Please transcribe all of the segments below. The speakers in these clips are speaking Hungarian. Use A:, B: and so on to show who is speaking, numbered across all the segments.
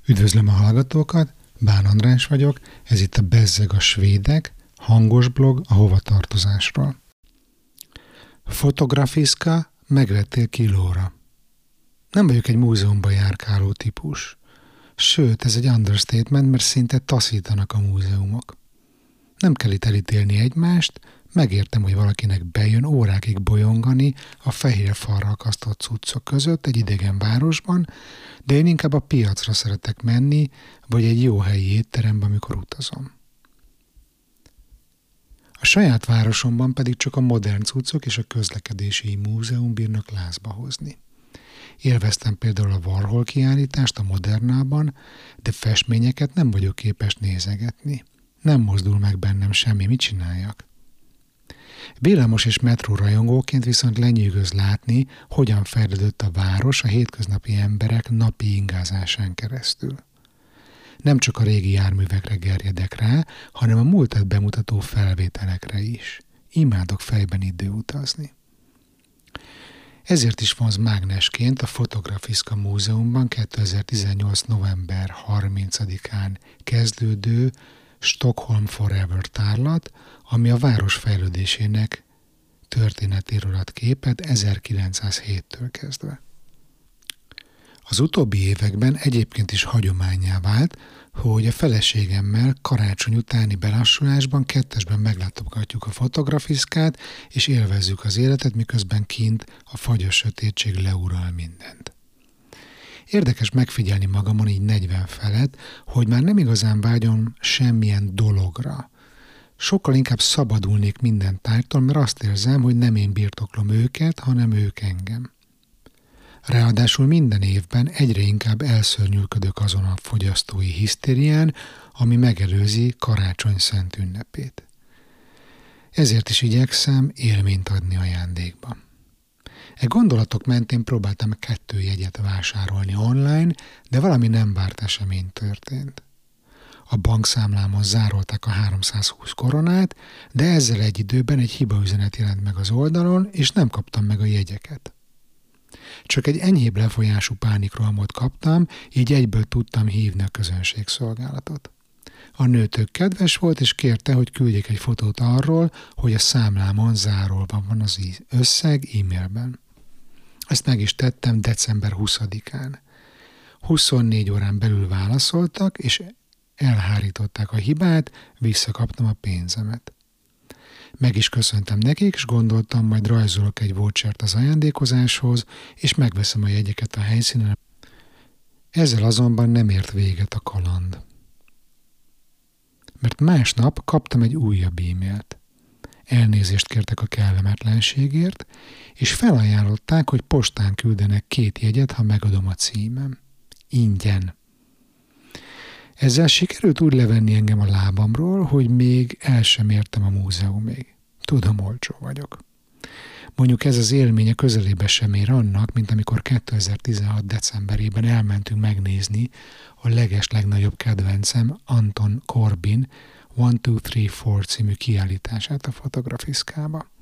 A: Üdvözlöm a hallgatókat, Bán András vagyok, ez itt a Bezzeg a svédek, hangos blog a hovatartozásról. Fotografiszka, megvettél kilóra. Nem vagyok egy múzeumban járkáló típus. Sőt, ez egy understatement, mert szinte taszítanak a múzeumok. Nem kell itt elítélni egymást, megértem, hogy valakinek bejön órákig bolyongani a fehér falra akasztott cuccok között egy idegen városban, de én inkább a piacra szeretek menni, vagy egy jó helyi étterembe, amikor utazom. A saját városomban pedig csak a modern cuccok és a közlekedési múzeum bírnak lázba hozni. Élveztem például a Warhol kiállítást a Modernában, de festményeket nem vagyok képes nézegetni. Nem mozdul meg bennem semmi, mit csináljak? Villamos és metró rajongóként viszont lenyűgöz látni, hogyan fejlődött a város a hétköznapi emberek napi ingázásán keresztül. Nem csak a régi járművekre gerjedek rá, hanem a múltat bemutató felvételekre is. Imádok fejben időutazni. Ezért is vonz mágnesként a Fotografiszka Múzeumban 2018. november 30-án kezdődő Stockholm Forever tárlat, ami a város fejlődésének történetéről ad képet 1907-től kezdve. Az utóbbi években egyébként is hagyománnyá vált, hogy a feleségemmel karácsony utáni belassulásban kettesben meglátogatjuk a Fotografiszkát, és élvezzük az életet, miközben kint a fagyos sötétség leural mindent. Érdekes megfigyelni magamon így 40 felett, hogy már nem igazán vágyom semmilyen dologra. Sokkal inkább szabadulnék minden tárgytól, mert azt érzem, hogy nem én birtoklom őket, hanem ők engem. Ráadásul minden évben egyre inkább elszörnyűködök azon a fogyasztói hisztérián, ami megelőzi karácsony szent ünnepét. Ezért is igyekszem élményt adni ajándékba. Gondolatok mentén próbáltam 2 jegyet vásárolni online, de valami nem várt esemény történt. A bankszámlámon zárolták a 320 koronát, de ezzel egy időben egy hibaüzenet jelent meg az oldalon, és nem kaptam meg a jegyeket. Csak egy enyhébb lefolyású pánikrohamot kaptam, így egyből tudtam hívni a közönségszolgálatot. A nő tök kedves volt, és kérte, hogy küldjék egy fotót arról, hogy a számlámon zárolva van az összeg e-mailben. Ezt meg is tettem december 20-án. 24 órán belül válaszoltak, és elhárították a hibát, visszakaptam a pénzemet. Meg is köszöntem nekik, és gondoltam, majd rajzolok egy vouchert az ajándékozáshoz, és megveszem a jegyeket a helyszínen. Ezzel azonban nem ért véget a kaland. Mert másnap kaptam egy újabb e-mailt. Elnézést kértek a kellemetlenségért, és felajánlották, hogy postán küldenek 2 jegyet, ha megadom a címem. Ingyen. Ezzel sikerült úgy levenni engem a lábamról, hogy még el sem értem a múzeumig. Tudom, olcsó vagyok. Mondjuk ez az élmény a közelébe sem ér annak, mint amikor 2016. decemberében elmentünk megnézni a legnagyobb kedvencem Anton Corbin 1, 2, 3, 4 című kiállítását a Fotografiszkába.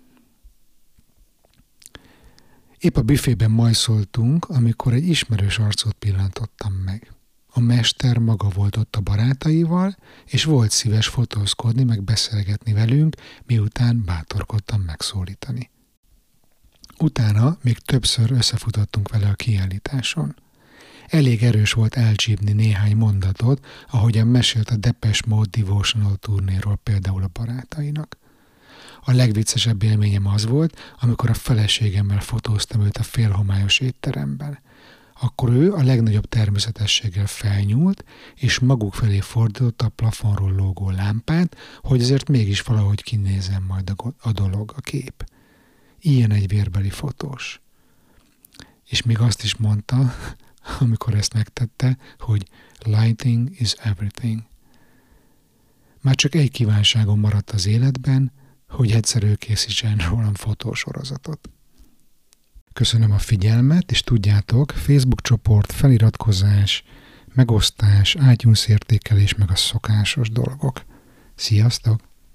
A: Épp a büfében majszoltunk, amikor egy ismerős arcot pillantottam meg. A mester maga volt ott a barátaival, és volt szíves fotózkodni, meg beszélgetni velünk, miután bátorkodtam megszólítani. Utána még többször összefutottunk vele a kiállításon. Elég erős volt elcsípni néhány mondatot, ahogyan mesélt a Depeche Mode Devotional turnéról például a barátainak. A legviccesebb élményem az volt, amikor a feleségemmel fotóztam őt a félhomályos étteremben. Akkor ő a legnagyobb természetességgel felnyúlt, és maguk felé fordította a plafonról lógó lámpát, hogy azért mégis valahogy kinézzen majd a dolog, a kép. Ilyen egy vérbeli fotós. És még azt is mondta, amikor ezt megtette, hogy lighting is everything. Már csak egy kívánságom maradt az életben, hogy egyszer ő készítsen rólam fotósorozatot. Köszönöm a figyelmet, és tudjátok, Facebook csoport, feliratkozás, megosztás, iTunes értékelés, meg a szokásos dolgok. Sziasztok!